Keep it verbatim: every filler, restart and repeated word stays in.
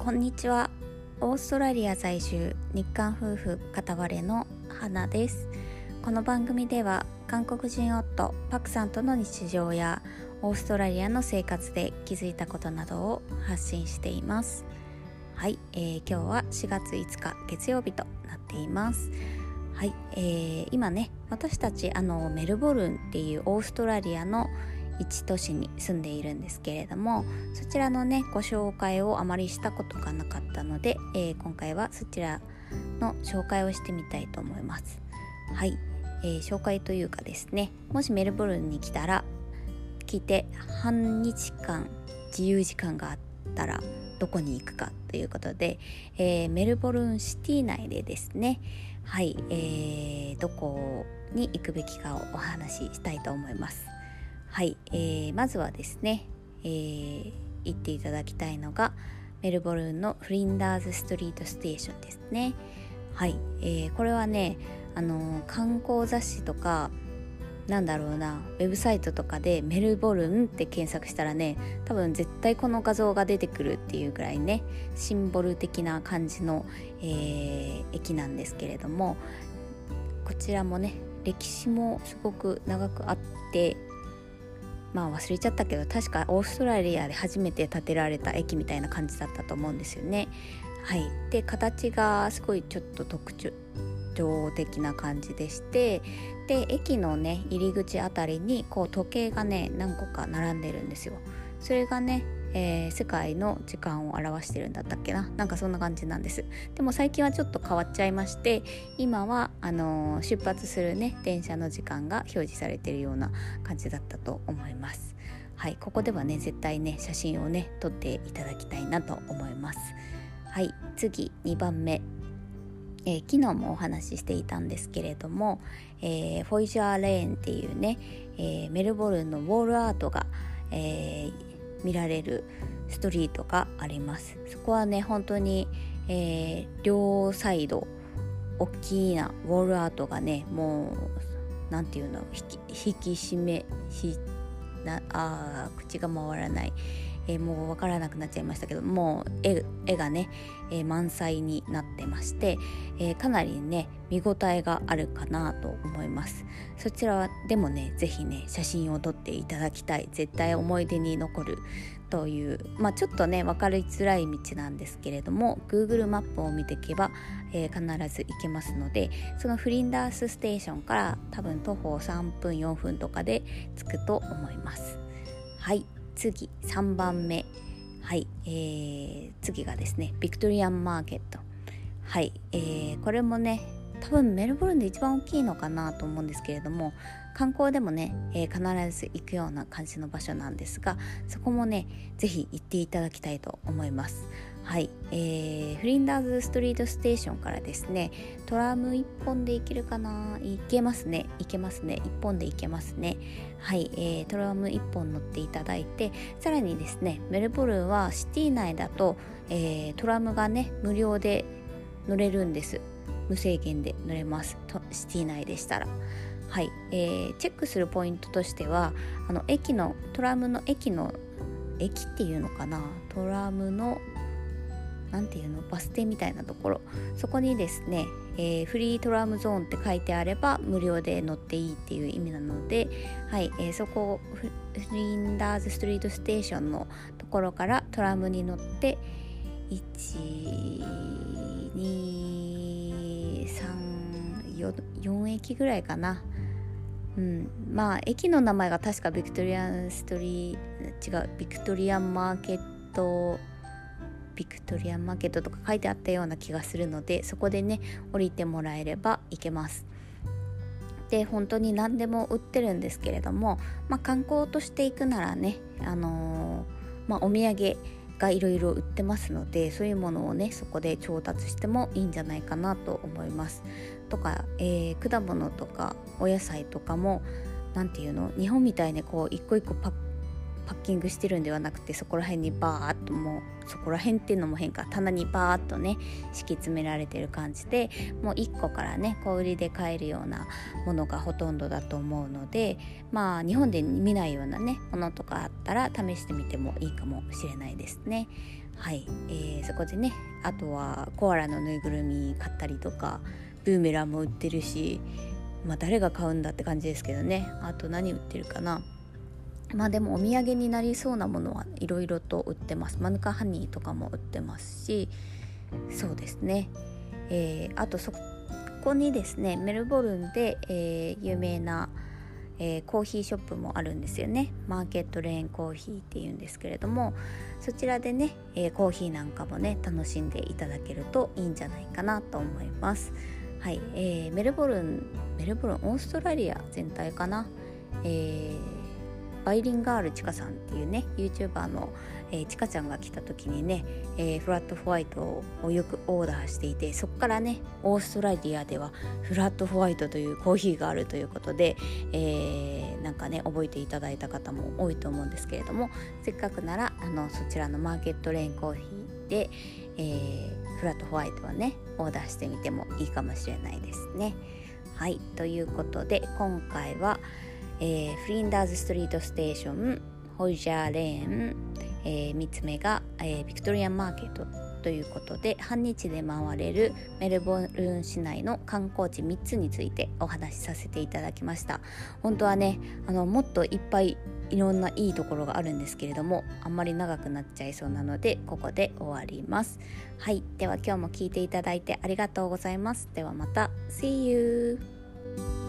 こんにちは。オーストラリア在住日韓夫婦片割れの花です。この番組では韓国人夫パクさんとの日常やオーストラリアの生活で気づいたことなどを発信しています。はい、えー、今日はしがついつか月曜日となっています。はい、えー、今ね私たちあのメルボルンっていうオーストラリアの一都市に住んでいるんですけれども、そちらのねご紹介をあまりしたことがなかったので、えー、今回はそちらの紹介をしてみたいと思います。はい、えー、紹介というかですね、もしメルボルンに来たら来て半日間自由時間があったらどこに行くかということで、えー、メルボルンシティ内でですね、はい、えー、どこに行くべきかをお話ししたいと思います。はい、えー、まずはですね、えー、行っていただきたいのがメルボルンのフリンダーズストリートステーションですね。はい、えー、これはね、あのー、観光雑誌とかなんだろうなウェブサイトとかでメルボルンって検索したらね、多分絶対この画像が出てくるっていうぐらいねシンボル的な感じの、えー、駅なんですけれども、こちらもね歴史もすごく長くあって、まあ忘れちゃったけど確かオーストラリアで初めて建てられた駅みたいな感じだったと思うんですよね。はい、で形がすごいちょっと特徴的な感じでして、で駅のね入り口あたりにこう時計がね何個か並んでるんですよ。それがね、えー、世界の時間を表してるんだったっけな、なんかそんな感じなんです。でも最近はちょっと変わっちゃいまして、今はあのー、出発するね電車の時間が表示されているような感じだったと思います。はい、ここではね絶対ね写真をね撮っていただきたいなと思います。はい、次にばんめ、えー、昨日もお話ししていたんですけれども、えー、フォイジャーレーンっていうね、えー、メルボルンのウォールアートが、えー、見られるストリートがあります。そこはね本当に、えー、両サイド大きなウォールアートがねもうなんていうの引き、引き締めしなあ口が回らない、えー、もう分からなくなっちゃいましたけど、もう 絵, 絵がね、えー、満載になってまして、えー、かなりね見応えがあるかなと思います。そちらでもねぜひね写真を撮っていただきたい、絶対思い出に残るという、まあちょっとね分かりづらい道なんですけれども Google マップを見ていけば、えー、必ず行けますので、そのフリンダースステーションから多分徒歩さんぷんよんぷんとかで着くと思います。はい、次さんばんめ、はい、えー、次がですねビクトリアンマーケット。はい、えー、これもね多分メルボルンで一番大きいのかなと思うんですけれども、観光でもね、えー、必ず行くような感じの場所なんですが、そこもねぜひ行っていただきたいと思います。はい、えー、フリンダーズストリートステーションからですねトラムいっぽんで行けるかな、行けますね行けますねいっぽんで行けますね。はい、えー、トラムいっぽん乗っていただいて、さらにですねメルボルンはシティ内だと、えー、トラムがね無料で乗れるんです。無制限で乗れますとシティ内でしたら。はい、えー、チェックするポイントとしてはあの駅のトラムの駅の駅っていうのかな、トラムのなんていうのバス停みたいなところ、そこにですね、えー、フリートラムゾーンって書いてあれば無料で乗っていいっていう意味なので、はい、えー、そこフリンダーズストリートステーションのところからトラムに乗っていち、に、さん、よん駅ぐらいかな。うん、まあ駅の名前が確かビクトリアンストリー違うビクトリアンマーケットビクトリアンマーケットとか書いてあったような気がするので、そこでね降りてもらえれば行けます。で本当に何でも売ってるんですけれども、まあ、観光として行くならね、あのーまあ、お土産がいろいろ売ってますので、そういうものをねそこで調達してもいいんじゃないかなと思います。とか、えー、果物とかお野菜とかもなんていうの日本みたいにこう一個一個パッパッキングしてるんではなくて、そこら辺にバーっと、もうそこら辺っていうのも変か、棚にバーっとね敷き詰められてる感じで、もういっこからね小売りで買えるようなものがほとんどだと思うので、まあ日本で見ないようなねものとかあったら試してみてもいいかもしれないですね。はい、えー、そこでね、あとはコアラのぬいぐるみ買ったりとか、ブーメランも売ってるし、まあ誰が買うんだって感じですけどね。あと何売ってるかな。まあでもお土産になりそうなものはいろいろと売ってます。マヌカハニーとかも売ってますし、そうですね、えー、あとそこにですね、メルボルンで、えー、有名な、えー、コーヒーショップもあるんですよね。マーケットレーンコーヒーっていうんですけれども、そちらでね、えー、コーヒーなんかもね楽しんでいただけるといいんじゃないかなと思います。はい、えー、メルボルンメルボルンオーストラリア全体かな、えーバイリンガールちかさんっていうね YouTuber の、えー、ちかちゃんが来た時にね、えー、フラットホワイトをよくオーダーしていて、そこからねオーストラリアではフラットホワイトというコーヒーがあるということで、えー、なんかね覚えていただいた方も多いと思うんですけれども、せっかくならあのそちらのマーケットレーンコーヒーで、えー、フラットホワイトをねオーダーしてみてもいいかもしれないですね。はい、ということで今回はえー、フリンダーズストリートステーション、ホイジャーレーン、えー、みっつめが、えー、ビクトリアンマーケットということで、半日で回れるメルボルン市内の観光地みっつについてお話しさせていただきました。本当はねあのもっといっぱいいろんないいところがあるんですけれども、あんまり長くなっちゃいそうなのでここで終わります。はい、では今日も聞いていただいてありがとうございます。ではまた See you